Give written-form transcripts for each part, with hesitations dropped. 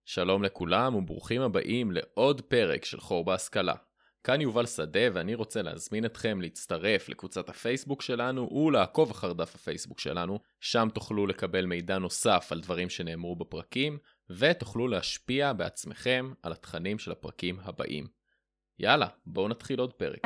שלום לכולם וברוכים הבאים לעוד פרק של חור בהשכלה. כאן יובל שדה ואני רוצה להזמין אתכם להצטרף לקבוצת הפייסבוק שלנו ולעקוב אחר דף הפייסבוק שלנו. שם תוכלו לקבל מידע נוסף על דברים שנאמרו בפרקים ותוכלו להשפיע בעצמכם על התכנים של הפרקים הבאים. יאללה, בואו נתחיל עוד פרק.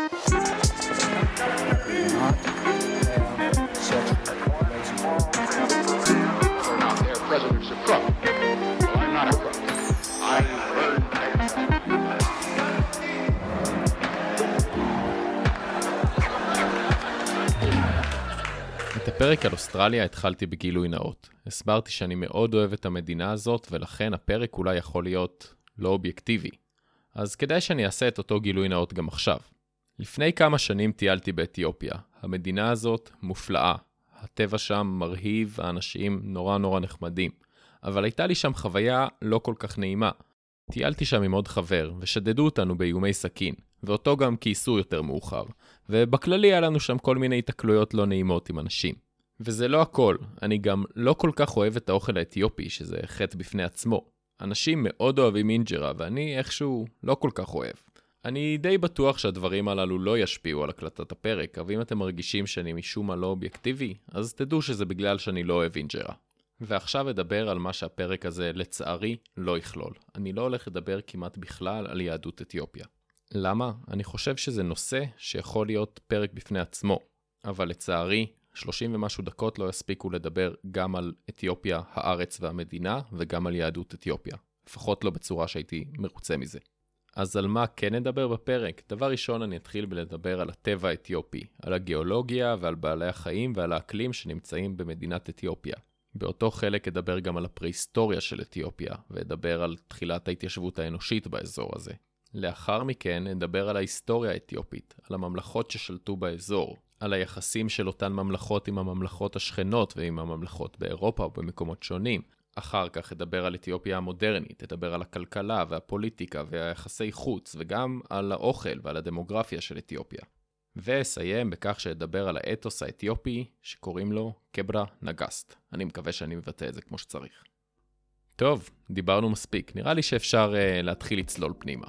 את הפרק על אוסטרליה התחלתי בגילוי נאות. הסברתי שאני מאוד אוהב את המדינה הזאת ולכן הפרק אולי יכול להיות לא אובייקטיבי. אז כדאי שאני אעשה את אותו גילוי נאות גם עכשיו. לפני כמה שנים טיילתי באתיופיה. המדינה הזאת מופלאה. הטבע שם מרהיב, האנשים נורא נחמדים. אבל הייתה לי שם חוויה לא כל כך נעימה. טיילתי שם עם עוד חבר, ושדדו אותנו באיומי סכין, ואותו גם כיסו יותר מאוחר. ובכללי היה לנו שם כל מיני התקלויות לא נעימות עם אנשים. וזה לא הכל, אני גם לא כל כך אוהב את האוכל האתיופי, שזה חטא בפני עצמו. אנשים מאוד אוהבים אינג'רה, ואני איכשהו לא כל כך אוהב. אני די בטוח שהדברים הללו לא ישפיעו על הקלטת הפרק, אבל אם אתם מרגישים שאני משום מה לא אובייקטיבי, אז תדעו שזה בגלל שאני לא אוהב אינג'רה. ועכשיו אדבר על מה שהפרק הזה לצערי לא יכלול. אני לא הולך לדבר כמעט בכלל על יהדות אתיופיה. למה? אני חושב שזה נושא שיכול להיות פרק בפני עצמו, אבל לצערי 30 ומשהו דקות לא יספיקו לדבר גם על אתיופיה, הארץ והמדינה, וגם על יהדות אתיופיה. לפחות לא בצורה שהייתי מרוצה מזה. אז על מה כן נדבר בפרק? דבר ראשון אני אתחיל בלדבר על הטבע האתיופי, על הגיאולוגיה ועל בעלי החיים ועל האקלים שנמצאים במדינת אתיופיה. באותו חלק אדבר גם על הפרה-היסטוריה של אתיופיה, ואדבר על תחילת ההתיישבות האנושית באזור הזה. לאחר מכן נדבר על ההיסטוריה האתיופית, על הממלכות ששלטו באזור, על היחסים של אותן ממלכות עם הממלכות השכנות ועם הממלכות באירופה ובמקומות שונים. אחר כך אדבר על אתיופיה המודרנית, אדבר על הכלכלה והפוליטיקה והיחסי חוץ, וגם על האוכל ועל הדמוגרפיה של אתיופיה. ואסיים בכך שאדבר על האתוס האתיופי שקוראים לו קברה נגסט. אני מקווה שאני מבטא את זה כמו שצריך. טוב, דיברנו מספיק. נראה לי שאפשר להתחיל לצלול פנימה.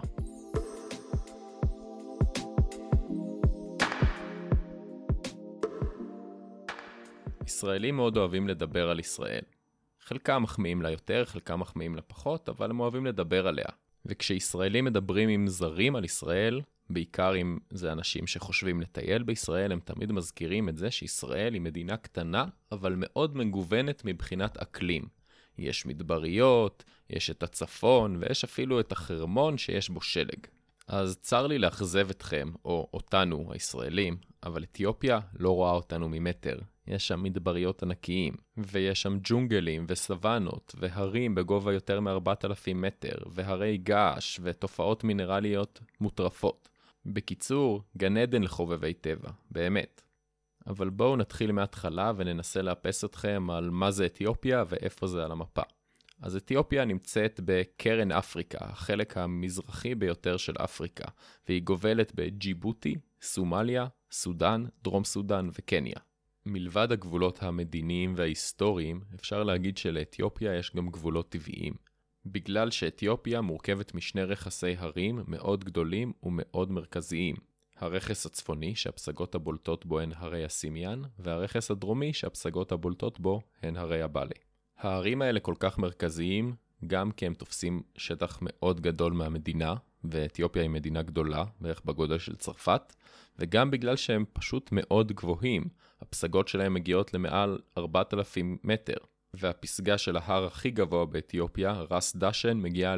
ישראלים מאוד אוהבים לדבר על ישראל. חלקם מחמיאים לה יותר, חלקם מחמיאים לה פחות, אבל הם אוהבים לדבר עליה. וכשישראלים מדברים עם זרים על ישראל, בעיקר אם זה אנשים שחושבים לטייל בישראל, הם תמיד מזכירים את זה שישראל היא מדינה קטנה, אבל מאוד מגוונת מבחינת אקלים. יש מדבריות, יש את הצפון, ויש אפילו את החרמון שיש בו שלג. אז צר לי לאכזב אתכם, או אותנו, הישראלים, אבל אתיופיה לא רואה אותנו ממטר. יש שם מדבריות ענקיים, ויש שם ג'ונגלים וסוונות, והרים בגובה יותר מ-4,000 מטר, והרי געש ותופעות מינרליות מוטרפות. בקיצור, גן עדן לחובבי טבע, באמת. אבל בואו נתחיל מההתחלה וננסה לאפס אתכם על מה זה אתיופיה ואיפה זה על המפה. אז אתיופיה נמצאת בקרן אפריקה, החלק המזרחי ביותר של אפריקה, והיא גובלת בג'יבוטי, סומליה, סודן, דרום סודן וקניה. מלבד הגבולות המדיניים וההיסטוריים, אפשר להגיד שלאתיופיה יש גם גבולות טבעיים. בגלל שאתיופיה מורכבת משני רכסי הרים מאוד גדולים ומאוד מרכזיים. הרכס הצפוני שהפסגות הבולטות בו הן הרי הסימיאן, והרכס הדרומי שהפסגות הבולטות בו הן הרי הבאלה. הערים האלה כל כך מרכזיים, גם כי הם תופסים שטח מאוד גדול מהמדינה, ואתיופיה היא מדינה גדולה, בערך בגודל של צרפת, וגם בגלל שהם פשוט מאוד גבוהים. הפסגות שלהם מגיעות למעל 4,000 מטר, והפסגה של ההר הכי גבוה באתיופיה, רס דשן, מגיעה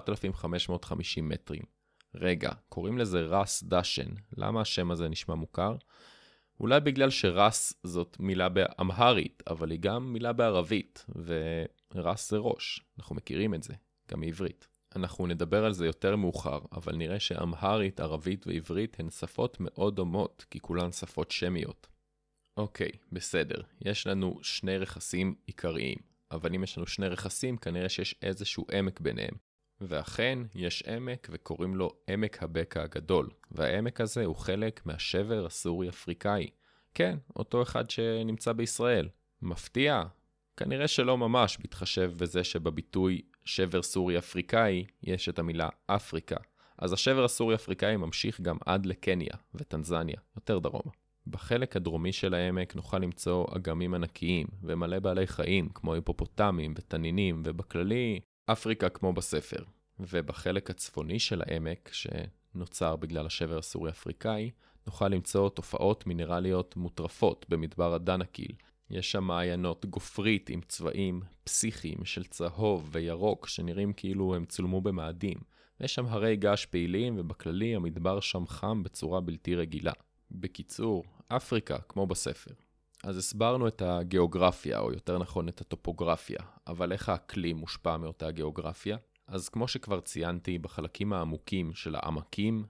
ל-4,550 מטרים. רגע, קוראים לזה רס דשן. למה השם הזה נשמע מוכר? אולי בגלל שרס זאת מילה באמהרית, אבל היא גם מילה בערבית, ורס זה ראש. אנחנו מכירים את זה, גם מעברית. אנחנו נדבר על זה יותר מאוחר, אבל נראה שאמהרית, ערבית ועברית הן שפות מאוד דומות, כי כולן שפות שמיות. אוקיי, בסדר. יש לנו שני רכסים עיקריים, אבל אם יש לנו שני רכסים, כנראה שיש איזשהו עמק ביניהם. ואכן, יש עמק וקוראים לו עמק הבקע הגדול, והעמק הזה הוא חלק מהשבר הסורי-אפריקאי. כן, אותו אחד שנמצא בישראל. מפתיע? כנראה שלא ממש, בהתחשב בזה שבביטוי שבר סורי-אפריקאי יש את המילה אפריקה. אז השבר הסורי-אפריקאי ממשיך גם עד לקניה וטנזניה, יותר דרומה. בחלק הדרומי של העמק נוכל למצוא אגמים ענקיים ומלא בעלי חיים כמו היפופוטמים ותנינים, ובכללי אפריקה כמו בספר. ובחלק הצפוני של העמק, שנוצר בגלל השבר הסורי-אפריקאי, נוכל למצוא תופעות מינרליות מוטרפות במדבר הדנקיל. יש שם מעיינות גופרית עם צבעים פסיכיים של צהוב וירוק שנראים כאילו הם צולמו במאדים. יש שם הרי געש פעילים, ובכללי המדבר שם חם בצורה בלתי רגילה. בקיצור, אפריקה כמו בספר. אז הסברנו את הגיאוגרפיה, או יותר נכון את הטופוגרפיה, אבל איך האקלים מושפע מאותה גיאוגרפיה? אז כמו שכבר ציינתי, בחלקים העמוקים של העמקים,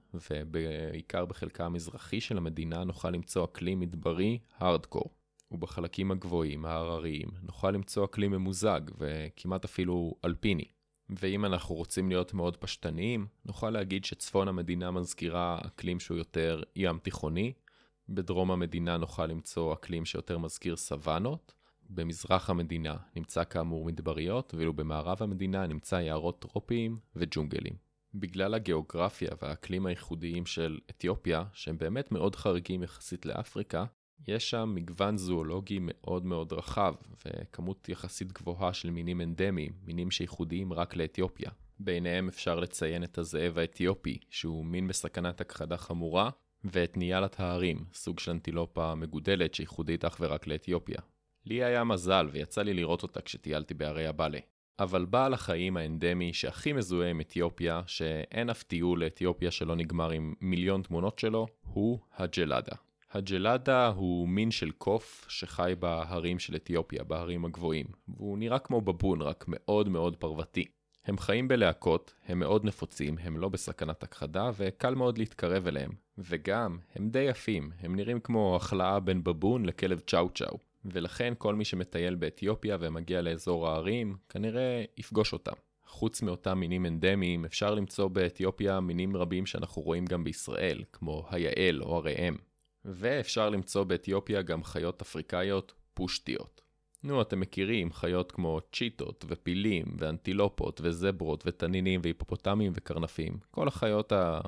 ובעיקר בחלקה המזרחי של המדינה, נוכל למצוא אקלים מדברי הארדקור. ובחלקים הגבוהים, ההרריים, נוכל למצוא אקלים ממוזג, וכמעט אפילו אלפיני. ואם אנחנו רוצים להיות מאוד פשטניים, נוכל להגיד שצפון המדינה מזכירה אקלים שהוא יותר ים תיכוני, בדרום המדינה נוכל למצוא אקלים שיותר מזכיר סוונות, במזרח המדינה נמצא כאמור מדבריות, ואילו במערב המדינה נמצא יערות טרופיים וג'ונגלים. בגלל הגיאוגרפיה והאקלים הייחודיים של אתיופיה, שהם באמת מאוד חריגים יחסית לאפריקה, יש שם מגוון זואולוגי מאוד מאוד רחב, וכמות יחסית גבוהה של מינים אנדמיים, מינים שייחודיים רק לאתיופיה. ביניהם אפשר לציין את הזאב האתיופי, שהוא מין בסכנת הכחדה חמורה, ואת ניאלת ההרים, סוג של אנטילופה מגודלת שייחודית אך ורק לאתיופיה. לי היה מזל ויצא לי לראות אותה כשטיילתי בערי הבאלה. אבל בעל החיים האנדמי שהכי מזוהה עם אתיופיה, שאין אף טיול לאתיופיה שלא נגמר עם מיליון תמונות שלו, הוא הג'לדה. הג'לדה הוא מין של קוף שחי בהרים של אתיופיה, בהרים הגבוהים, והוא נראה כמו בבון, רק מאוד מאוד פרוותי. הם חיים בלהקות, הם מאוד נפוצים, הם לא בסכנת הכחדה, וקל מאוד להתקרב אליהם. וגם, הם די יפים, הם נראים כמו החלאה בין בבון לכלב צ'או צ'או. ולכן כל מי שמטייל באתיופיה ומגיע לאזור הערים, כנראה יפגוש אותם. חוץ מאותם מינים אנדמיים, אפשר למצוא באתיופיה מינים רבים שאנחנו רואים גם בישראל, כמו היעל או הראם. ואפשר למצוא באתיופיה גם חיות אפריקאיות פושטיות. נו, אתם מכירים חיות כמו צ'יטות ופילים ואנטילופות וזברות ותנינים והיפופוטמים וקרנפים. כל החיות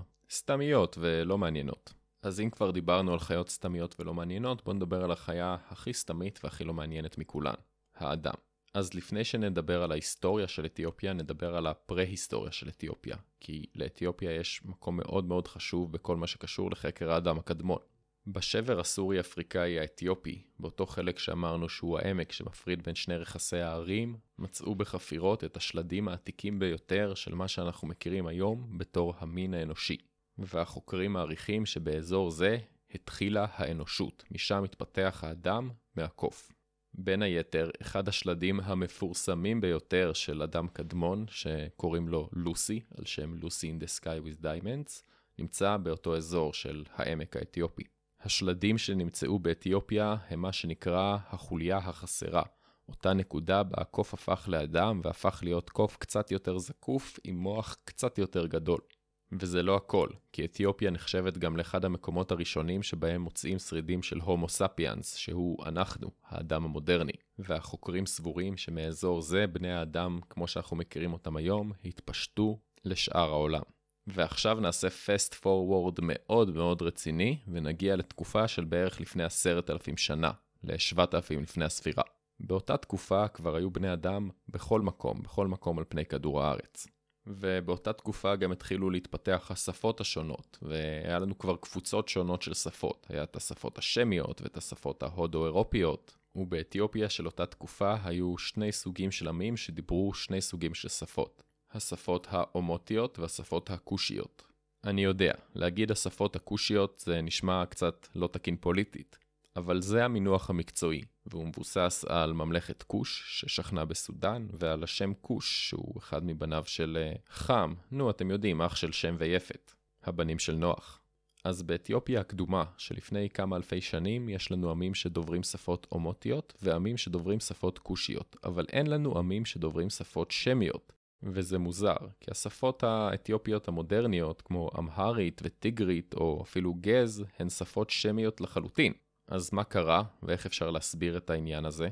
הסתמיות ולא מעניינות. אז אם כבר דיברנו על חיות סתמיות ולא מעניינות, בואו נדבר על החיה הכי סתמית והכי לא מעניינת מכולן, האדם. אז לפני שנדבר על ההיסטוריה של אתיופיה, נדבר על הפרה-היסטוריה של אתיופיה, כי לאתיופיה יש מקום מאוד מאוד חשוב בכל מה שקשור לחקר האדם הקדמון. בשבר הסורי-אפריקאי האתיופי, באותו חלק שאמרנו שהוא העמק שמפריד בין שני רכסי הערים, מצאו בחפירות את השלדים העתיקים ביותר של מה שאנחנו מכירים היום בתור המין האנושי. והחוקרים מעריכים שבאזור זה התחילה האנושות, משם התפתח האדם מהקוף. בין היתר, אחד השלדים המפורסמים ביותר של אדם קדמון, שקוראים לו לוסי, על שם Lucy in the Sky with Diamonds, נמצא באותו אזור של העמק האתיופי. השלדים שנמצאו באתיופיה הם מה שנקרא החוליה החסרה, אותה נקודה בה הקוף הפך לאדם והפך להיות קוף קצת יותר זקוף עם מוח קצת יותר גדול. וזה לא הכל, כי אתיופיה נחשבת גם לאחד המקומות הראשונים שבהם מוצאים שרידים של הומו ספיאנס, שהוא אנחנו, האדם המודרני. והחוקרים סבורים שמאזור זה בני האדם, כמו שאנחנו מכירים אותם היום, התפשטו לשאר העולם. ועכשיו נעשה fast forward מאוד מאוד רציני, ונגיע לתקופה של בערך לפני 10,000 שנה, ל-7,000 לפני הספירה. באותה תקופה כבר היו בני אדם בכל מקום על פני כדור הארץ. ובאותה תקופה גם התחילו להתפתח השפות השונות, והיה לנו כבר קבוצות שונות של שפות. היה את השפות השמיות ואת השפות ההודו-אירופיות, ובאתיופיה של אותה תקופה היו שני סוגים של עמים שדיברו שני סוגים של שפות. השפות האומותיות והשפות הקושיות. אני יודע, להגיד השפות הקושיות זה נשמע קצת לא תקין פוליטית, אבל זה המינוח המקצועי, והוא מבוסס על ממלכת קוש ששכנה בסודן, ועל השם קוש, שהוא אחד מבניו של חם, אתם יודעים, אח של שם ויפת, הבנים של נוח. אז באתיופיה הקדומה, שלפני כמה אלפי שנים, יש לנו עמים שדוברים שפות אומותיות, ועמים שדוברים שפות קושיות, אבל אין לנו עמים שדוברים שפות שמיות. וזה מוזר, כי השפות האתיופיות המודרניות, כמו אמהרית וטיגרית, או אפילו גז, הן שפות שמיות לחלוטין. אז מה קרה, ואיך אפשר להסביר את העניין הזה?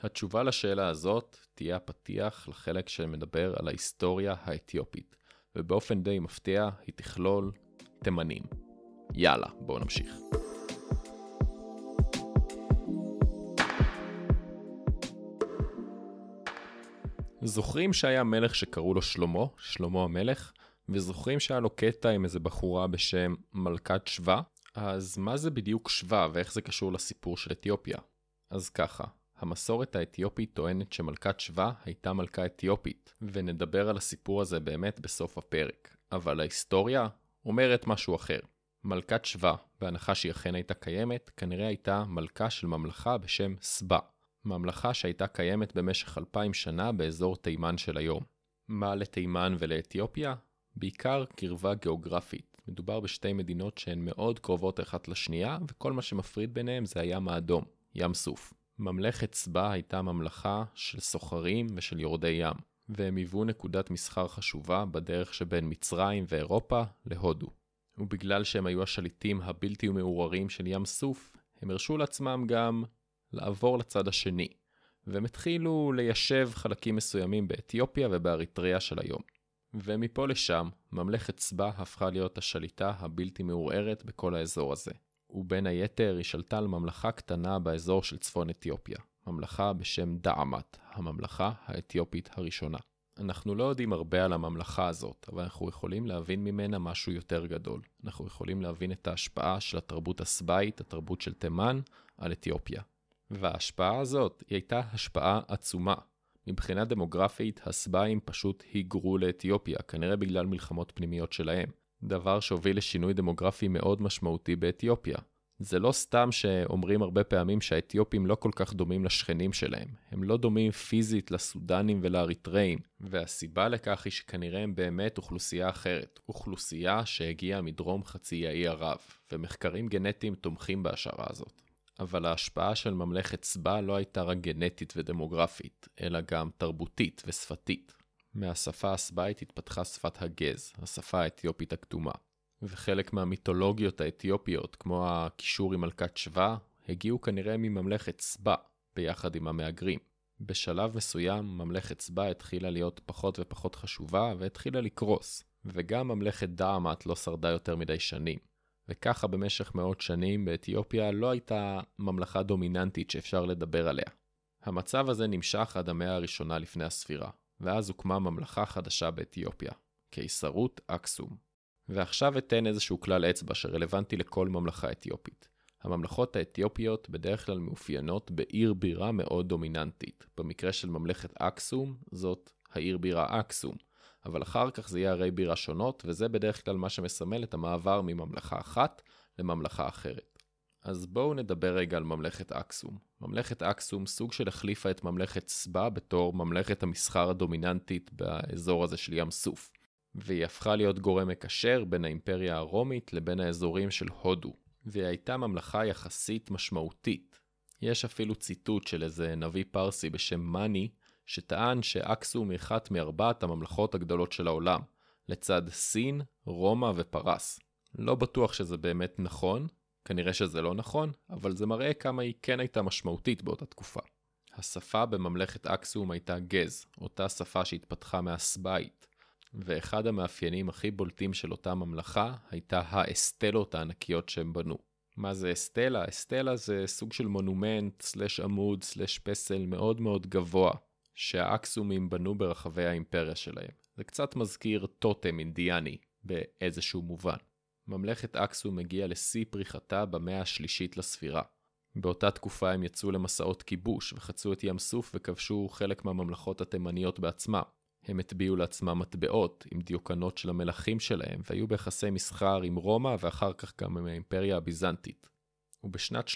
התשובה לשאלה הזאת תהיה הפתיח לחלק שמדבר על ההיסטוריה האתיופית, ובאופן די מפתיע היא תכלול תימנים. יאללה, בואו נמשיך. זוכרים שהיה מלך שקראו לו שלמה המלך, וזוכרים שהיה לו קטע עם איזה בחורה בשם מלכת שבא? אז מה זה בדיוק שבא ואיך זה קשור לסיפור של אתיופיה? אז ככה, המסורת האתיופית טוענת שמלכת שבא הייתה מלכה אתיופית, ונדבר על הסיפור הזה באמת בסוף הפרק. אבל ההיסטוריה אומרת משהו אחר. מלכת שבא, בהנחה שהיא אכן הייתה קיימת, כנראה הייתה מלכה של ממלכה בשם סבא. ממלכה שהייתה קיימת במשך 2000 שנה באזור תימן של היום. מה לתימן ולאתיופיה? בעיקר קרבה גיאוגרפית. מדובר בשתי מדינות שהן מאוד קרובות אחת לשנייה, וכל מה שמפריד ביניהם זה הים האדום, ים סוף. ממלכת סבא הייתה ממלכה של סוחרים ושל יורדי ים, והם היוו נקודת מסחר חשובה בדרך שבין מצרים ואירופה להודו. ובגלל שהם היו השליטים הבלתי מעורערים של ים סוף, הם הרשו לעצמם גם לעבור לצד השני, והם התחילו ליישב חלקים מסוימים באתיופיה ובאריתריאה של היום. ומפה לשם, ממלכת סבא הפכה להיות השליטה הבלתי מעורערת בכל האזור הזה. ובין היתר היא שלטה על ממלכה קטנה באזור של צפון אתיופיה, ממלכה בשם דעמת, הממלכה האתיופית הראשונה. אנחנו לא יודעים הרבה על הממלכה הזאת, אבל אנחנו יכולים להבין ממנה משהו יותר גדול. אנחנו יכולים להבין את ההשפעה של התרבות הסבאית, התרבות של תימן, על אתיופיה. וההשפעה הזאת היא הייתה השפעה עצומה. מבחינה דמוגרפית, הסבאים פשוט היגרו לאתיופיה, כנראה בגלל מלחמות פנימיות שלהם. דבר שהוביל לשינוי דמוגרפי מאוד משמעותי באתיופיה. זה לא סתם שאומרים הרבה פעמים שהאתיופים לא כל כך דומים לשכנים שלהם. הם לא דומים פיזית לסודנים ולאריתראים, והסיבה לכך היא שכנראה הם באמת אוכלוסייה אחרת. אוכלוסייה שהגיעה מדרום חצי האי ערב, ומחקרים גנטיים תומכים בהשערה הזאת. אבל ההשפעה של ממלכת סבא לא הייתה רק גנטית ודמוגרפית, אלא גם תרבותית ושפתית. מהשפה הסבאית התפתחה שפת הגז, השפה האתיופית הקדומה. וחלק מהמיתולוגיות האתיופיות, כמו הקישור עם מלכת שבא, הגיעו כנראה מממלכת סבא, ביחד עם המהגרים. בשלב מסוים, ממלכת סבא התחילה להיות פחות ופחות חשובה, והתחילה לקרוס. וגם ממלכת דעמת לא שרדה יותר מדי שנים. וככה במשך מאות שנים באתיופיה לא הייתה ממלכה דומיננטית שאפשר לדבר עליה. המצב הזה נמשך עד המאה הראשונה לפני הספירה, ואז הוקמה ממלכה חדשה באתיופיה, קיסרות אקסום. ועכשיו אתן איזשהו כלל אצבע שרלוונטי לכל ממלכה אתיופית. הממלכות האתיופיות בדרך כלל מאופיינות בעיר בירה מאוד דומיננטית. במקרה של ממלכת אקסום, זאת העיר בירה אקסום. אבל אחר כך זה יהיה ערי בירה שונות, וזה בדרך כלל מה שמסמל את המעבר מממלכה אחת לממלכה אחרת. אז בואו נדבר רגע על ממלכת אקסום. ממלכת אקסום סוג של החליפה את ממלכת סבא בתור ממלכת המסחר הדומיננטית באזור הזה של ים סוף. והיא הפכה להיות גורם מקשר בין האימפריה הרומית לבין האזורים של הודו. והיא הייתה ממלכה יחסית משמעותית. יש אפילו ציטוט של איזה נביא פרסי בשם מאני, שטען שאקסום היא אחת מארבעת הממלכות הגדולות של העולם, לצד סין, רומא ופרס. לא בטוח שזה באמת נכון, כנראה שזה לא נכון, אבל זה מראה כמה היא כן הייתה משמעותית באותה תקופה. השפה בממלכת אקסום הייתה גז, אותה שפה שהתפתחה מהסבאית, ואחד המאפיינים הכי בולטים של אותה ממלכה הייתה האסטלות הענקיות שהם בנו. מה זה אסטלה? אסטלה זה סוג של מונומנט, סלש עמוד, סלש פסל מאוד מאוד גבוה, שהאקסומים בנו ברחבי האימפריה שלהם. זה קצת מזכיר טוטם אינדיאני באיזשהו מובן. ממלכת אקסום הגיעה לשיא פריחתה במאה השלישית לספירה. באותה תקופה הם יצאו למסעות כיבוש וחצו את ים סוף וכבשו חלק מהממלכות התימניות בעצמם. הם הטביעו לעצמם מטבעות עם דיוקנות של המלכים שלהם והיו ביחסי מסחר עם רומא ואחר כך גם עם האימפריה הביזנטית. ובשנת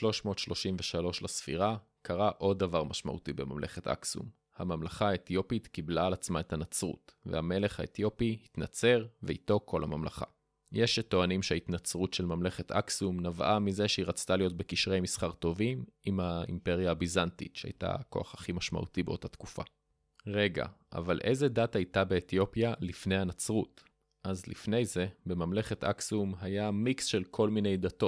333 לספירה קרה עוד דבר משמעותי בממלכת אקסום. הממלכה האתיופית קיבלה על עצמה את הנצרות, והמלך האתיופי התנצר ואיתו כל הממלכה. יש שטוענים שההתנצרות של ממלכת אקסום נבעה מזה שהיא רצתה להיות בקשרי מסחר טובים עם האימפריה הביזנטית, שהייתה הכוח הכי משמעותי באותה תקופה. רגע, אבל איזה דת הייתה באתיופיה לפני הנצרות? אז לפני זה, בממלכת אקסום היה מיקס של כל מיני דתות.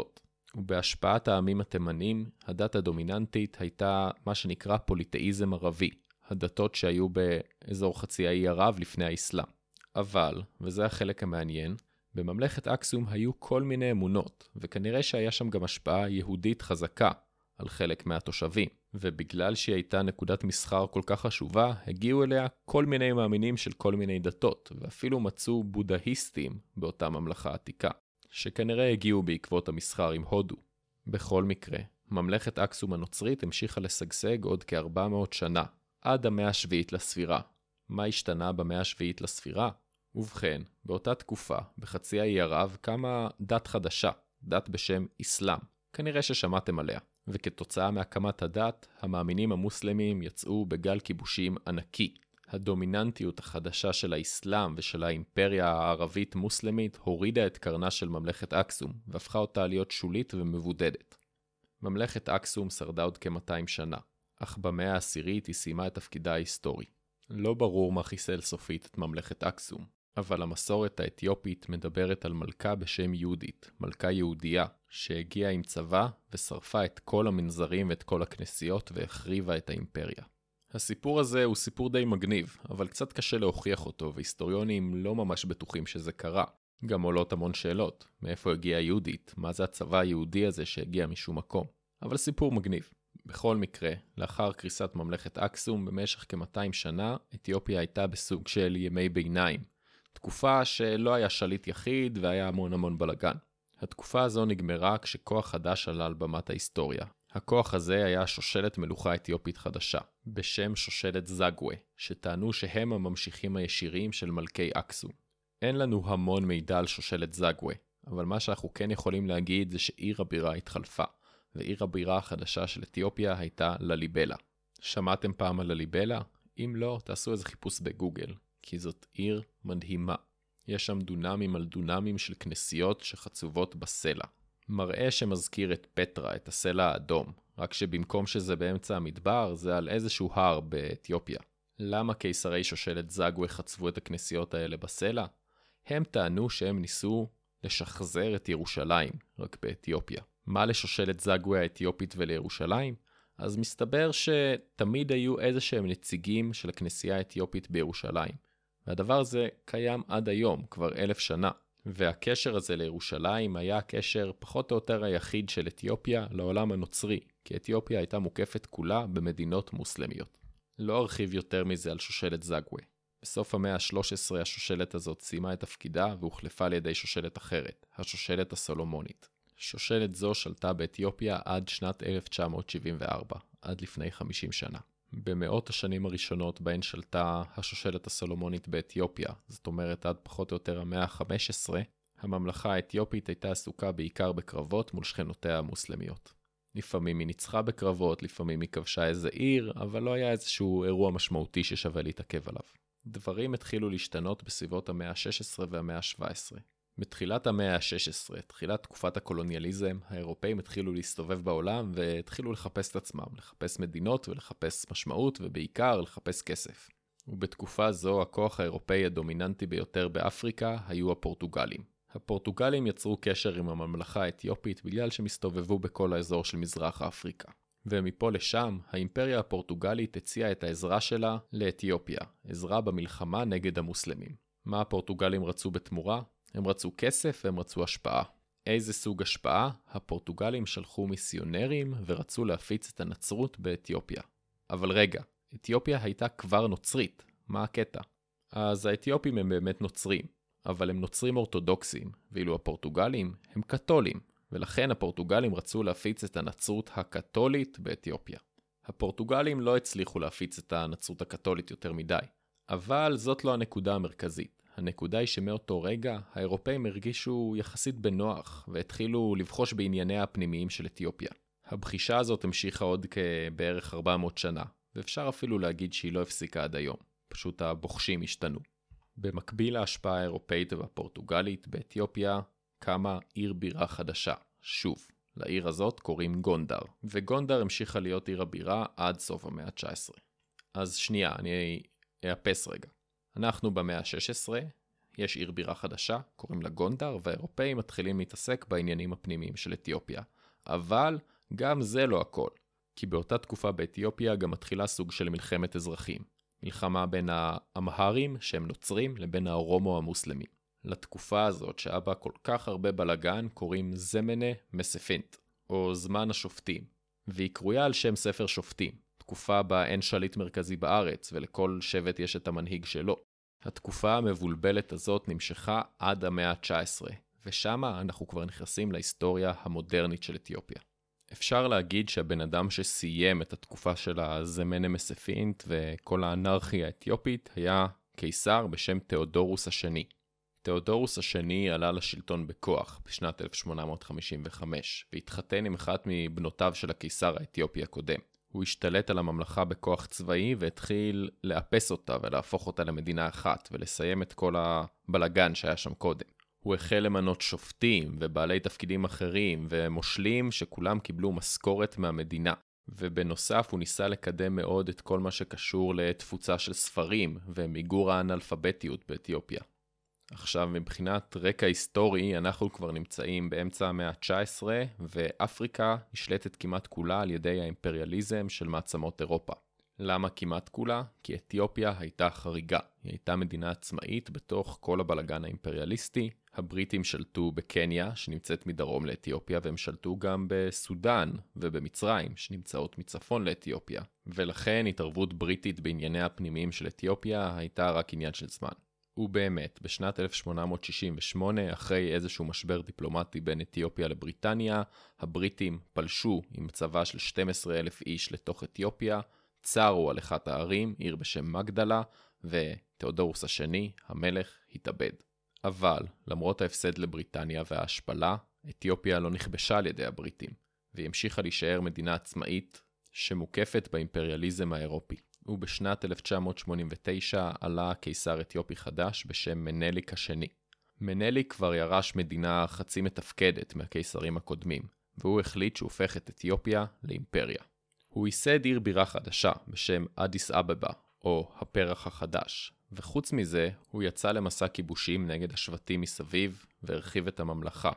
ובהשפעת העמים התימנים, הדת הדומיננטית הייתה מה שנקרא פוליתאיזם ערבי, הדתות שהיו באזור חצי האי ערב לפני האסלאם. אבל, וזה החלק המעניין, בממלכת אקסום היו כל מיני אמונות, וכנראה שהיה שם גם השפעה יהודית חזקה על חלק מהתושבים. ובגלל שהיא הייתה נקודת מסחר כל כך חשובה, הגיעו אליה כל מיני מאמינים של כל מיני דתות, ואפילו מצאו בודהיסטים באותה ממלכה עתיקה, שכנראה הגיעו בעקבות המסחר עם הודו. בכל מקרה, ממלכת אקסום הנוצרית המשיכה לשגשג עוד כ-400 שנה, עד המאה השביעית לספירה. מה השתנה במאה השביעית לספירה? ובכן, באותה תקופה, בחצי האי ערב, קמה דת חדשה, דת בשם אסלאם. כנראה ששמעתם עליה. וכתוצאה מהקמת הדת, המאמינים המוסלמים יצאו בגל כיבושים ענקי. הדומיננטיות החדשה של האסלאם ושל האימפריה הערבית-מוסלמית הורידה את קרנה של ממלכת אקסום, והפכה אותה להיות שולית ומבודדת. ממלכת אקסום שרדה עוד כ-200 שנה, אך במאה העשירית היא סיימה את תפקידה ההיסטורי. לא ברור מה חיסל סופית את ממלכת אקסום, אבל המסורת האתיופית מדברת על מלכה בשם יהודית, מלכה יהודייה, שהגיעה עם צבא ושרפה את כל המנזרים ואת כל הכנסיות והחריבה את האימפריה. הסיפור הזה הוא סיפור די מגניב, אבל קצת קשה להוכיח אותו, והיסטוריונים לא ממש בטוחים שזה קרה. גם עולות המון שאלות, מאיפה הגיעה יהודית, מה זה הצבא היהודי הזה שהגיע משום מקום. אבל סיפור מגניב. בכל מקרה, לאחר קריסת ממלכת אקסום במשך כ-200 שנה, אתיופיה הייתה בסוג של ימי ביניים. תקופה שלא היה שליט יחיד והיה המון בלגן. התקופה הזו נגמרה כשכוח חדש עלה על במת ההיסטוריה. הכוח הזה היה שושלת מלוכה אתיופית חדשה, בשם שושלת זגווה, שטענו שהם הממשיכים הישירים של מלכי אקסום. אין לנו המון מידע על שושלת זגווה, אבל מה שאנחנו כן יכולים להגיד זה שעיר הבירה התחלפה, ועיר הבירה החדשה של אתיופיה הייתה לליבלה. שמעתם פעם על לליבלה? אם לא, תעשו איזה חיפוש בגוגל, כי זאת עיר מדהימה. יש שם דונמים על דונמים של כנסיות שחצובות בסלע. מראה שמזכיר את פטרה, את הסלע האדום, רק שבמקום שזה באמצע המדבר, זה על איזשהו הר באתיופיה. למה קיסרי שושלת זגווה חצבו את הכנסיות האלה בסלע? הם טענו שהם ניסו לשחזר את ירושלים, רק באתיופיה. מה לשושלת זגווה האתיופית ולירושלים? אז מסתבר שתמיד היו איזשהם נציגים של הכנסייה האתיופית בירושלים. והדבר הזה קיים עד היום, כבר 1000 שנה. והקשר הזה לירושלים היה הקשר פחות או יותר היחיד של אתיופיה לעולם הנוצרי, כי אתיופיה הייתה מוקפת כולה במדינות מוסלמיות. לא ארחיב יותר מזה על שושלת זגווה. בסוף המאה ה-13 השושלת הזאת סיימה את תפקידה והוחלפה על ידי שושלת אחרת, השושלת הסולומונית. שושלת זו שלטה באתיופיה עד שנת 1974, עד לפני 50 שנה. במאות השנים הראשונות בהן שלטה השושלת הסולומונית באתיופיה, זאת אומרת עד פחות או יותר המאה ה-15, הממלכה האתיופית הייתה עסוקה בעיקר בקרבות מול שכנותיה המוסלמיות. לפעמים היא ניצחה בקרבות, לפעמים היא כבשה איזה עיר, אבל לא היה איזשהו אירוע משמעותי ששווה להתעכב עליו. דברים התחילו להשתנות בסביבות המאה ה-16 והמאה ה-17. בתחילת המאה ה-16, תחילת תקופת הקולוניאליזם, האירופאים התחילו להסתובב בעולם והתחילו לחפש את עצמם, לחפש מדינות ולחפש משמעות ובעיקר לחפש כסף. ובתקופה זו הכוח האירופאי הדומיננטי ביותר באפריקה היו הפורטוגלים. הפורטוגלים יצרו קשר עם הממלכה האתיופית בגלל שהם הסתובבו בכל האזור של מזרח אפריקה. ומפה לשם, האימפריה הפורטוגלית הציעה את העזרה שלה לאתיופיה, עזרה במלחמה נגד המוסלמים. מה הפורטוגלים רצו בתמורה? הם רצו כסף והם רצו השפעה. איזה סוג השפעה? הפורטוגלים שלחו מיסיונרים ורצו להפיץ את הנצרות באתיופיה. אבל רגע, אתיופיה הייתה כבר נוצרית. מה הקטע? אז האתיופים הם באמת נוצרים, אבל הם נוצרים אורתודוקסים, ואילו הפורטוגלים הם קתולים, ולכן הפורטוגלים רצו להפיץ את הנצרות הקתולית באתיופיה. הפורטוגלים לא הצליחו להפיץ את הנצרות הקתולית יותר מדי, אבל זאת לא הנקודה המרכזית. הנקודה היא שמאותו רגע האירופאים הרגישו יחסית בנוח והתחילו לבחוש בענייניה הפנימיים של אתיופיה. הבחישה הזאת המשיכה עוד כבערך 400 שנה, ואפשר אפילו להגיד שהיא לא הפסיקה עד היום. פשוט הבוחשים השתנו. במקביל להשפעה האירופאית והפורטוגלית באתיופיה קמה עיר בירה חדשה. שוב, לעיר הזאת קוראים גונדר, וגונדר המשיכה להיות עיר הבירה עד סוף המאה ה-19. אז שנייה, אני אאפס רגע. אנחנו במאה ה-16, יש עיר בירה חדשה, קוראים לה גונדר, והאירופאים מתחילים להתעסק בעניינים הפנימיים של אתיופיה. אבל גם זה לא הכל. כי באותה תקופה באתיופיה גם מתחילה סוג של מלחמת אזרחים. מלחמה בין האמהרים, שהם נוצרים, לבין האורומו המוסלמים. לתקופה הזאת שהיה בה כל כך הרבה בלגן קוראים זמנה מספינט, או זמן השופטים. והיא קרויה על שם ספר שופטים, תקופה בה אין שליט מרכזי בארץ ולכל שבט יש את המנהיג שלו. התקופה המבולבלת הזאת נמשכה עד המאה ה-19, ושם אנחנו כבר נכנסים להיסטוריה המודרנית של אתיופיה. אפשר להגיד שהבן אדם שסיים את התקופה של הזמנה מספינט וכל האנרכיה האתיופית היה קיסר בשם תיאודורוס השני. תיאודורוס השני עלה לשלטון בכוח בשנת 1855 והתחתן עם אחת מבנותיו של הקיסר האתיופי הקודם. הוא השתלט על הממלכה בכוח צבאי והתחיל לאפס אותה ולהפוך אותה למדינה אחת ולסיים את כל הבלגן שהיה שם קודם. הוא החל למנות שופטים ובעלי תפקידים אחרים ומושלים שכולם קיבלו משכורת מהמדינה. ובנוסף הוא ניסה לקדם מאוד את כל מה שקשור לתפוצה של ספרים ומיגור האנאלפביתיות באתיופיה. עכשיו מבחינת רקע היסטורי אנחנו כבר נמצאים באמצע המאה ה-19 ואפריקה נשלטת כמעט כולה על ידי האימפריאליזם של מעצמות אירופה. למה כמעט כולה? כי אתיופיה הייתה חריגה. היא הייתה מדינה עצמאית בתוך כל הבלגן האימפריאליסטי. הבריטים שלטו בקניה שנמצאת מדרום לאתיופיה והם שלטו גם בסודן ובמצרים שנמצאות מצפון לאתיופיה. ולכן התערבות בריטית בענייניה הפנימיים של אתיופיה הייתה רק עניין של זמן. ובאמת, בשנת 1868, אחרי איזשהו משבר דיפלומטי בין אתיופיה לבריטניה, הבריטים פלשו עם צבא של 12,000 איש לתוך אתיופיה, צרו על אחת הערים, עיר בשם מגדלה, ותיאודורוס השני, המלך, התאבד. אבל, למרות ההפסד לבריטניה וההשפלה, אתיופיה לא נכבשה על ידי הבריטים, והיא המשיכה להישאר מדינה עצמאית שמוקפת באימפריאליזם האירופי. ובשנת 1989 עלה קיסר אתיופי חדש בשם מנליק השני. מנליק כבר ירש מדינה חצי מתפקדת מהקיסרים הקודמים, והוא החליט שהוא הופך את אתיופיה לאימפריה. הוא ייסד עיר בירה חדשה בשם אדיס אבבה, או הפרח החדש, וחוץ מזה הוא יצא למסע כיבושים נגד השבטים מסביב והרחיב את הממלכה,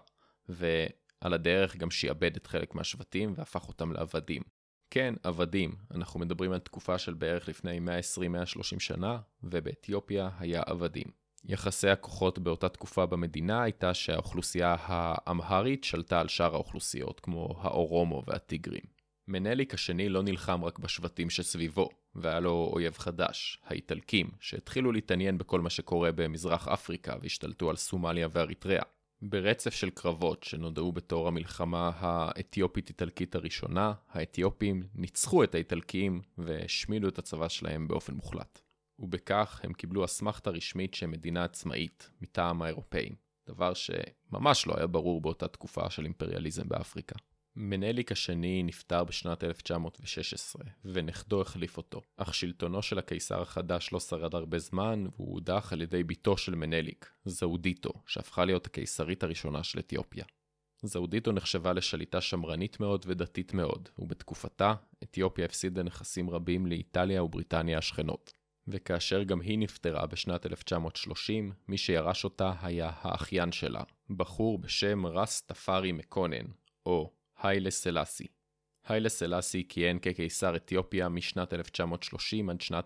ועל הדרך גם שיעבד את חלק מהשבטים והפך אותם לעבדים. כן, עבדים. אנחנו מדברים על תקופה של בערך לפני 120-130 שנה, ובאתיופיה היה עבדים. יחסי הכוחות באותה תקופה במדינה הייתה שהאוכלוסייה האמהרית שלטה על שאר האוכלוסיות, כמו האורומו והטיגרים. מנליק השני לא נלחם רק בשבטים שסביבו, והיה לו אויב חדש, האיטלקים, שהתחילו להתעניין בכל מה שקורה במזרח אפריקה והשתלטו על סומליה ואריתריאה. ברצף של קרבות שנודעו בתור המלחמה האתיופית-איטלקית הראשונה, האתיופים ניצחו את האיטלקים והשמידו את הצבא שלהם באופן מוחלט. ובכך הם קיבלו אסמכתה רשמית שהם מדינה עצמאית מטעם האירופאים, דבר שממש לא היה ברור באותה תקופה של אימפריאליזם באפריקה. מנליק השני נפטר בשנת 1916, ונכדו החליף אותו. אך שלטונו של הקיסר החדש לא שרד הרבה זמן, והוא הודח על ידי ביתו של מנליק, זאודיטו, שהפכה להיות הקיסרית הראשונה של אתיופיה. זאודיטו נחשבה לשליטה שמרנית מאוד ודתית מאוד, ובתקופתה אתיופיה הפסידה נכסים רבים לאיטליה ובריטניה השכנות. וכאשר גם היא נפטרה בשנת 1930, מי שירש אותה היה האחיין שלה, בחור בשם רס תפארי מקונן, או היילה סלאסי. היילה סלאסי כיהן כקיסר אתיופיה משנת 1930 עד שנת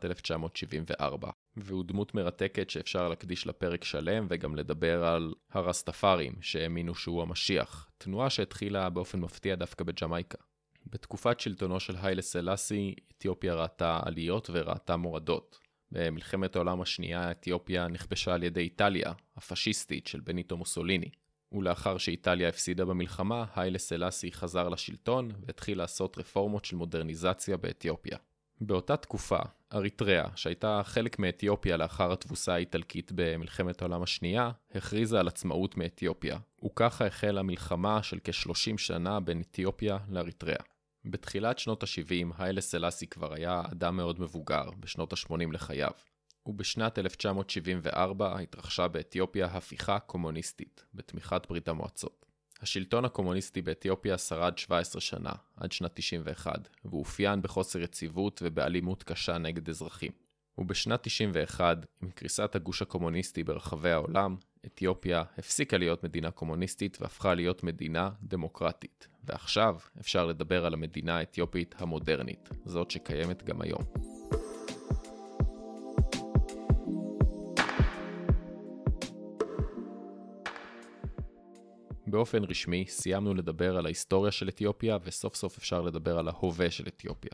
1974, והוא דמות מרתקת שאפשר להקדיש לפרק שלם וגם לדבר על הרסטפארים שהאמינו שהוא המשיח, תנועה שהתחילה באופן מפתיע דווקא בג'מייקה. בתקופת שלטונו של היילה סלאסי, אתיופיה ראתה עליות וראתה מורדות. במלחמת העולם השנייה אתיופיה נכבשה על ידי איטליה, הפשיסטית של בניטו מוסוליני. ולאחר שאיטליה הפסידה במלחמה, היילה סלאסי חזר לשלטון והתחיל לעשות רפורמות של מודרניזציה באתיופיה. באותה תקופה, אריתריאה, שהייתה חלק מאתיופיה לאחר התבוסה האיטלקית במלחמת העולם השנייה, הכריזה על עצמאות מאתיופיה, וככה החלה מלחמה של כ-30 שנה בין אתיופיה לאריתריאה. בתחילת שנות ה-70, היילה סלאסי כבר היה אדם מאוד מבוגר, בשנות ה-80 לחייו. ובשנת 1974 התרחשה באתיופיה הפיכה קומוניסטית, בתמיכת ברית המועצות. השלטון הקומוניסטי באתיופיה שרד 17 שנה, עד שנת 91, ואופיין בחוסר יציבות ובאלימות קשה נגד אזרחים. ובשנת 91, עם קריסת הגוש הקומוניסטי ברחבי העולם, אתיופיה הפסיקה להיות מדינה קומוניסטית והפכה להיות מדינה דמוקרטית, ועכשיו אפשר לדבר על המדינה האתיופית המודרנית, זאת שקיימת גם היום. באופן רשמי סיימנו לדבר על ההיסטוריה של אתיופיה, וסוף סוף אפשר לדבר על ההווה של אתיופיה.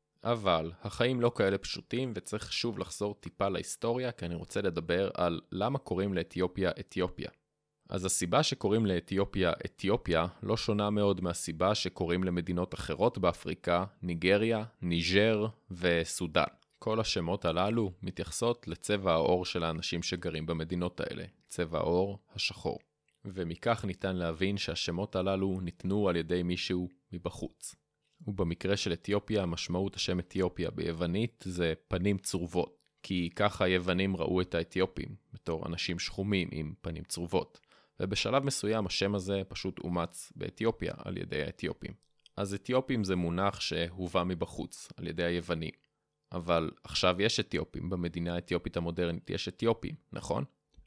אבל החיים לא כאלה פשוטים, וצריך שוב לחזור טיפה להיסטוריה, כי אני רוצה לדבר על למה קוראים לאתיופיה אתיופיה. אז הסיבה שקוראים לאתיופיה אתיופיה לא שונה מאוד מהסיבה שקוראים למדינות אחרות באפריקה, ניגריה, ניג'ר וסודן. כל השמות הללו מתייחסות לצבע העור של האנשים שגרים במדינות האלה, צבע העור השחור. ומכך ניתן להבין שהשמות הללו ניתנו על ידי מישהו מבחוץ. ובמקרה של אתיופיה, משמעות השם אתיופיה ביוונית זה פנים צרובות, כי ככה היוונים ראו את האתיופים, בתור אנשים שחומים עם פנים צרובות. ובשלב מסוים השם הזה פשוט אומץ באתיופיה על ידי האתיופים. אז אתיופים זה מונח שהובא מבחוץ על ידי היוונים. אבל עכשיו יש אתיופים, במדינה האתיופית המודרנית יש אתיופים, נכון?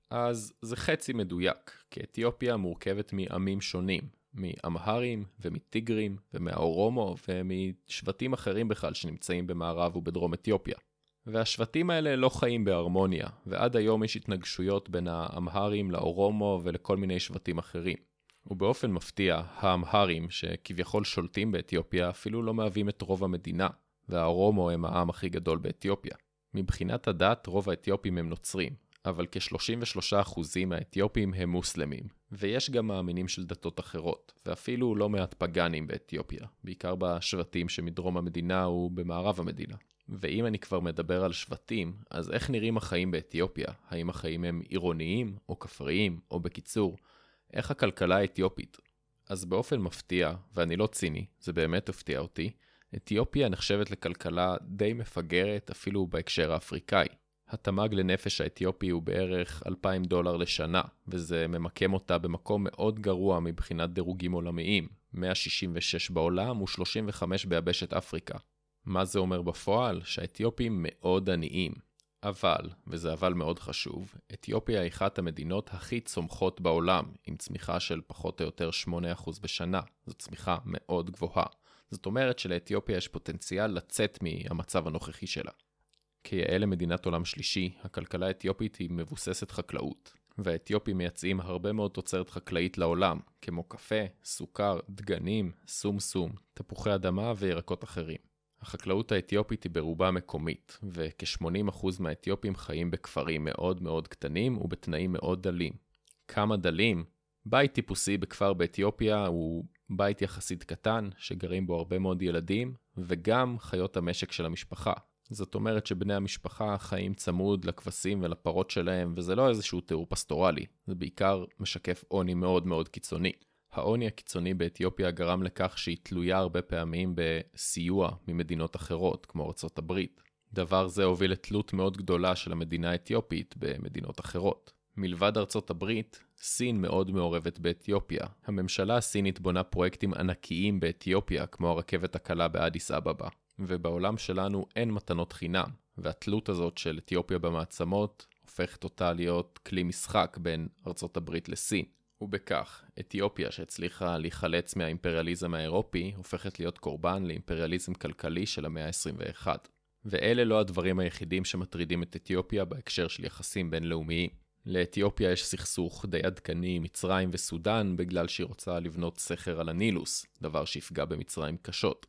אז זה חצי מדויק, כי אתיופיה מורכבת מעמים שונים, מאמהרים ומטיגרים ומהאורומו ומשבטים אחרים בכלל שנמצאים במערב ובדרום אתיופיה. והשבטים האלה לא חיים בהרמוניה, ועד היום יש התנגשויות בין האמהרים לאורומו ולכל מיני שבטים אחרים. ובאופן מפתיע, האמהרים שכביכול שולטים באתיופיה אפילו לא מהווים את רוב המדינה, והאורומו הם העם הכי גדול באתיופיה. מבחינת הדת רוב האתיופים הם נוצרים, אבל כ-33% מהאתיופים הם מוסלמים, ויש גם מאמינים של דתות אחרות, ואפילו לא מעט פגנים באתיופיה, בעיקר בשבטים שמדרום המדינה ובמערב המדינה. ואם אני כבר מדבר על שבטים, אז איך נראים החיים באתיופיה? האם החיים הם עירוניים או כפריים, או בקיצור, איך הכלכלה האתיופית? אז באופן מפתיע, ואני לא ציני, זה באמת הפתיע אותי, אתיופיה נחשבת לכלכלה די מפגרת אפילו בהקשר האפריקאי. התמ"ג לנפש האתיופי הוא בערך $2,000 לשנה, וזה ממקם אותה במקום מאוד גרוע מבחינת דירוגים עולמיים, 166 בעולם ו35 ביבשת אפריקה. מה זה אומר בפועל? שהאתיופים מאוד עניים. אבל, וזה אבל מאוד חשוב, אתיופיה היא אחת המדינות הכי צומחות בעולם, עם צמיחה של פחות או יותר 8% בשנה. זו צמיחה מאוד גבוהה. זאת אומרת שלאתיופיה יש פוטנציאל לצאת מהמצב הנוכחי שלה. כיאה למדינת עולם שלישי, הכלכלה האתיופית היא מבוססת חקלאות, והאתיופים מייצאים הרבה מאוד תוצרת חקלאית לעולם, כמו קפה, סוכר, דגנים, סומסום, תפוחי אדמה וירקות אחרים. החקלאות האתיופית היא ברובה מקומית, וכ-80% מהאתיופים חיים בכפרים מאוד מאוד קטנים ובתנאים מאוד דלים. כמה דלים? בית טיפוסי בכפר באתיופיה הוא בית יחסית קטן, שגרים בו הרבה מאוד ילדים, וגם חיות המשק של המשפחה. זאת אומרת שבני המשפחה חיים צמוד לכבשים ולפרות שלהם, וזה לא איזשהו תיאור פסטורלי, זה בעיקר משקף עוני מאוד מאוד קיצוני. העוני הקיצוני באתיופיה גרם לכך שהיא תלויה הרבה פעמים בסיוע ממדינות אחרות, כמו ארצות הברית. דבר זה הוביל לתלות מאוד גדולה של המדינה האתיופית במדינות אחרות. מלבד ארצות הברית, סין מאוד מעורבת באתיופיה. הממשלה הסינית בונה פרויקטים ענקיים באתיופיה, כמו הרכבת הקלה באדיס אבבה. ובעולם שלנו אין מתנות חינם, והתלות הזאת של אתיופיה במעצמות הופכת אותה להיות כלי משחק בין ארצות הברית לסין. ובכך, אתיופיה שהצליחה להיחלץ מהאימפריאליזם האירופי, הופכת להיות קורבן לאימפריאליזם כלכלי של המאה ה-21. ואלה לא הדברים היחידים שמטרידים את אתיופיה בהקשר של יחסים בינלאומיים. לאתיופיה יש סכסוך די עדכני עם מצרים וסודן בגלל שהיא רוצה לבנות סכר על הנילוס, דבר שיפגע במצרים קשות.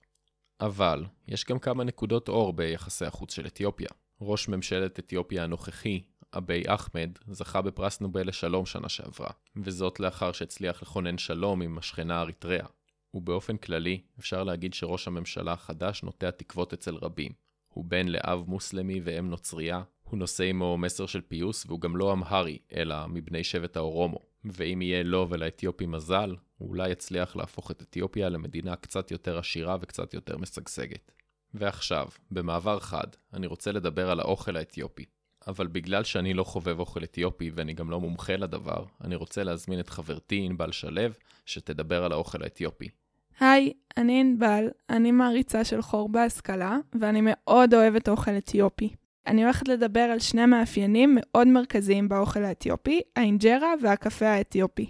אבל יש גם כמה נקודות אור ביחסי החוץ של אתיופיה. ראש ממשלת אתיופיה הנוכחי, אביי אחמד, זכה בפרס נובל לשלום שנה שעברה, וזאת לאחר שהצליח לכונן שלום עם השכנה אריתריאה. ובאופן כללי, אפשר להגיד שראש הממשלה החדש נוטע תקוות אצל רבים. הוא בן לאב מוסלמי ואם נוצריה, הוא נושא עמו מסר של פיוס, והוא גם לא אמהרי, אלא מבני שבט האורומו. ואם יהיה לו ולאתיופי מזל, הוא אולי יצליח להפוך את אתיופיה למדינה קצת יותר עשירה וקצת יותר משגשגת. ועכשיו, במעבר חד, אני רוצה לדבר על האוכל האתיופי. אבל בגלל שאני לא חובב אוכל אתיופי ואני גם לא מומחה לדבר, אני רוצה להזמין את חברתי ענבל שלו, שתדבר על האוכל האתיופי. היי, אני ענבל, אני מעריצה של חור בהשכלה, ואני מאוד אוהבת אוכל אתיופי. אני הולכת לדבר על שני מאפיינים מאוד מרכזיים באוכל האתיופי, האינג'רה והקפה האתיופי.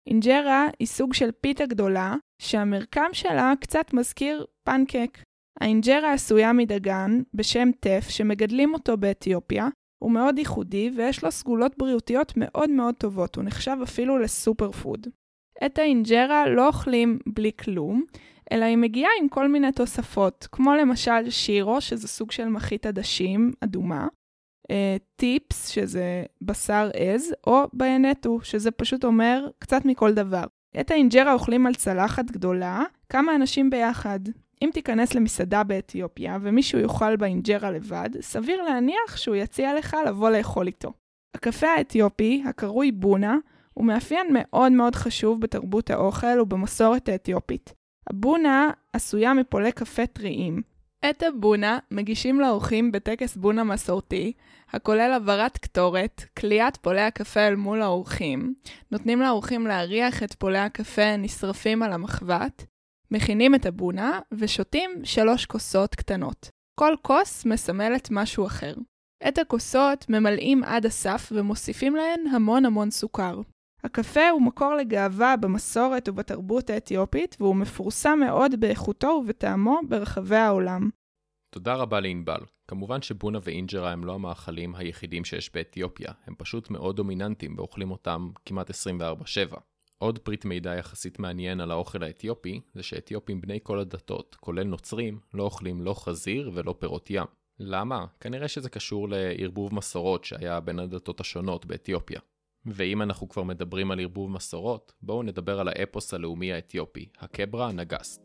אינג'רה היא סוג של פיתה גדולה, שהמרקם שלה קצת מזכיר פנקק. האינג'רה עשויה מדגן בשם טף שמגדלים אותו באתיופיה, הוא מאוד ייחודי ויש לו סגולות בריאותיות מאוד מאוד טובות, הוא נחשב אפילו לסופר פוד. את האינג'רה לא אוכלים בלי כלום, אלא היא מגיעה עם כל מיני תוספות, כמו למשל שירו, שזה סוג של מחית עדשים אדומה, טיפס, שזה בשר עז, או ביינטו, שזה פשוט אומר קצת מכל דבר. את האינג'רה אוכלים על צלחת גדולה, כמה אנשים ביחד. אם תיכנס למסעדה באתיופיה ומישהו יאכל באינג'רה לבד, סביר להניח שהוא יציע לך לבוא לאכול איתו. הקפה האתיופי, הקרוי בונה, הוא מאפיין מאוד מאוד חשוב בתרבות האוכל ובמסורת האתיופית. הבונה עשויה מפולי קפה טריים. את הבונה מגישים לאורחים בטקס בונה מסורתי, הכולל עברת קטורת, קליית פולי הקפה אל מול האורחים, נותנים לאורחים להריח את פולי הקפה נשרפים על המחבת, מכינים את הבונה ושותים 3 כוסות קטנות. כל כוס מסמלת משהו אחר. את הכוסות ממלאים עד הסף ומוסיפים להן המון המון סוכר. הקפה הוא מקור לגאווה במסורת ובתרבות האתיופית, והוא מפורסם מאוד באיכותו ובטעמו ברחבי העולם. תודה רבה לענבל. כמובן שבונה ואינג'רה הם לא המאכלים היחידים שיש באתיופיה, הם פשוט מאוד דומיננטיים ואוכלים אותם כמעט 24/7. עוד פריט מידע יחסית מעניין על האוכל האתיופי, זה שאתיופים בני כל הדתות, כולל נוצרים, לא אוכלים לא חזיר ולא פירות ים. למה? כנראה שזה קשור לערבוב מסורות שהיה בין הדתות השונות באתיופיה. ואם אנחנו כבר מדברים על ערבוב מסורות, בואו נדבר על האפוס הלאומי האתיופי, הקברה נגסט.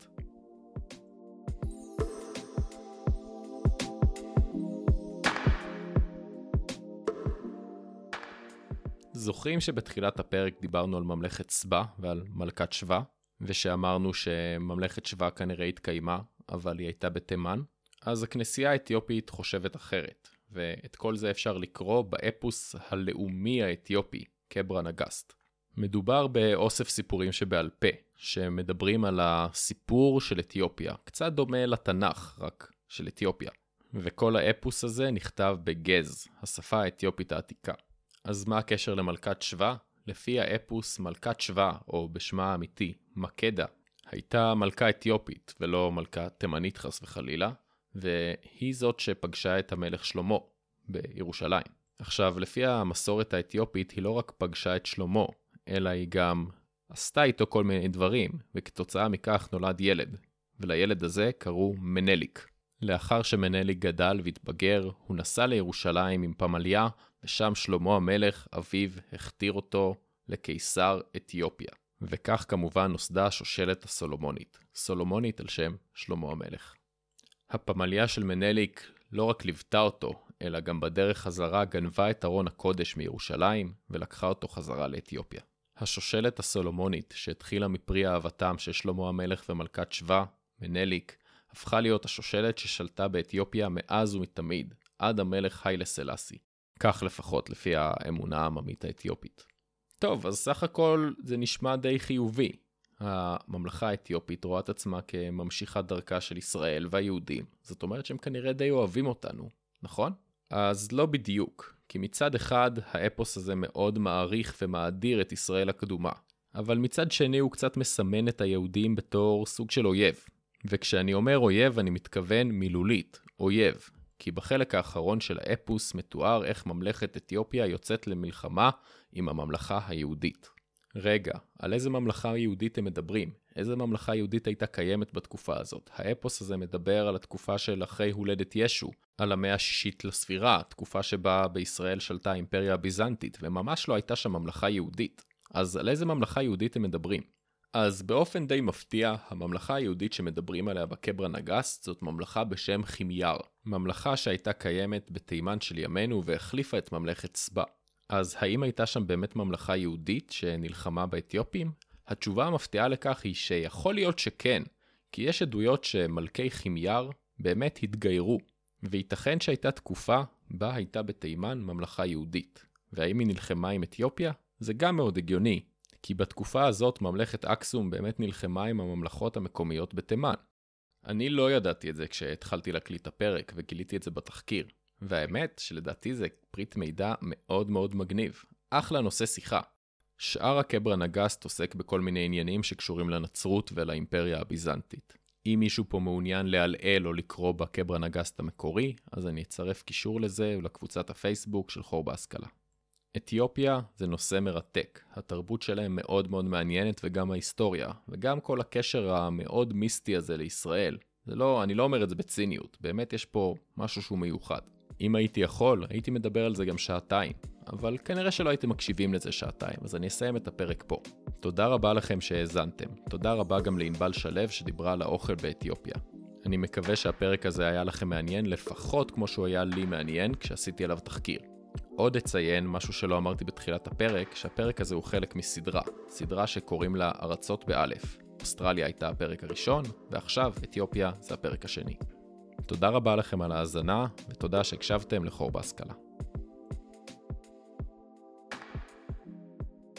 זוכרים שבתחילת הפרק דיברנו על ממלכת סבא ועל מלכת שבא, ושאמרנו שממלכת שבא כנראה התקיימה, אבל היא הייתה בתימן? אז הכנסייה האתיופית חושבת אחרת, ואת כל זה אפשר לקרוא באפוס הלאומי האתיופי, קברה נגסט. מדובר באוסף סיפורים שבעל פה, שמדברים על הסיפור של אתיופיה, קצת דומה לתנ"ך, רק של אתיופיה. וכל האפוס הזה נכתב בגז, השפה האתיופית העתיקה. אז מה הקשר למלכת שבא? לפי האפוס, מלכת שבא, או בשמה האמיתי, מקדה, הייתה מלכה אתיופית ולא מלכה תימנית חס וחלילה, והיא זאת שפגשה את המלך שלמה בירושלים. עכשיו, לפי המסורת האתיופית, היא לא רק פגשה את שלמה, אלא היא גם עשתה איתו כל מיני דברים, וכתוצאה מכך נולד ילד, ולילד הזה קראו מנליק. לאחר שמנליק גדל והתבגר, הוא נסע לירושלים עם פמליה, ושם שלמה המלך, אביו, הכתיר אותו לקיסר אתיופיה. וכך כמובן נוסדה השושלת הסולומונית. סולומונית על שם שלמה המלך. הפמליה של מנליק לא רק ליוותה אותו, אלא גם בדרך חזרה גנבה את ארון הקודש מירושלים, ולקחה אותו חזרה לאתיופיה. השושלת הסולומונית, שהתחילה מפרי אהבתם של שלמה המלך ומלכת שבא, מנליק, הפכה להיות השושלת ששלטה באתיופיה מאז ומתמיד, עד המלך היילה סלאסי. כך לפחות לפי האמונה העממית האתיופית. טוב, אז סך הכל זה נשמע די חיובי. הממלכה האתיופית רואה את עצמה כממשיכת דרכה של ישראל והיהודים. זאת אומרת שהם כנראה די אוהבים אותנו, נכון? אז לא בדיוק, כי מצד אחד האפוס הזה מאוד מעריך ומאדיר את ישראל הקדומה. אבל מצד שני הוא קצת מסמן את היהודים בתור סוג של אויב. וכשאני אומר אויב אני מתכוון מילולית, אויב. כי בחלק האחרון של האפוס מתואר איך ממלכת אתיופיה יוצאת למלחמה עם הממלכה היהודית. רגע, על איזה ממלכה יהודית הם מדברים? איזה ממלכה יהודית הייתה קיימת בתקופה הזאת? האפוס הזה מדבר על התקופה של אחרי הולדת ישו, על המאה השישית לספירה, תקופה שבה בישראל שלטה האימפריה הביזנטית, וממש לא הייתה שם ממלכה יהודית. אז על איזה ממלכה יהודית הם מדברים? אז באופן די מפתיע, הממלכה היהודית שמדברים עליה בקברה נגסט זאת ממלכה בשם חימייר. ממלכה שהייתה קיימת בתימן של ימינו והחליפה את ממלכת סבא. אז האם הייתה שם באמת ממלכה יהודית שנלחמה באתיופים? התשובה המפתיעה לכך היא שיכול להיות שכן, כי יש עדויות שמלכי חימייר באמת התגיירו, וייתכן שהייתה תקופה בה הייתה בתימן ממלכה יהודית. והאם היא נלחמה עם אתיופיה? זה גם מאוד הגיוני. כי בתקופה הזאת ממלכת אקסום באמת נלחמה עם הממלכות המקומיות בתימן. אני לא ידעתי את זה כשהתחלתי להקליט הפרק וגיליתי את זה בתחקיר. והאמת שלדעתי זה פריט מידע מאוד מאוד מגניב. אחלה נושא שיחה. שאר הקברה נגסט עוסק בכל מיני עניינים שקשורים לנצרות ולאימפריה הביזנטית. אם מישהו פה מעוניין להלעל או לקרוא בקברה נגסט המקורי, אז אני אצרף קישור לזה ולקבוצת הפייסבוק של חור בהשכלה. אתיופיה זה נושא מרתק. התרבות שלהם מאוד מאוד מעניינת וגם ההיסטוריה, וגם כל הקשר המאוד מיסטי הזה לישראל. אני לא אומר את זה בציניות, באמת יש פה משהו שהוא מיוחד. אם הייתי יכול, הייתי מדבר על זה גם שעתיים, אבל כנראה שלא הייתם מקשיבים לזה שעתיים, אז אני אסיים את הפרק פה. תודה רבה לכם שהאזנתם. תודה רבה גם לענבל שלו שדיברה על האוכל באתיופיה. אני מקווה שהפרק הזה היה לכם מעניין, לפחות כמו שהוא היה לי מעניין כשעשיתי עליו תחקיר. עוד אציין משהו שלא אמרתי בתחילת הפרק, שהפרק הזה הוא חלק מסדרה, סדרה שקוראים לה ארצות באלף. אוסטרליה הייתה הפרק הראשון, ועכשיו אתיופיה זה הפרק השני. תודה רבה לכם על ההאזנה, ותודה שהקשבתם לחור בהשכלה.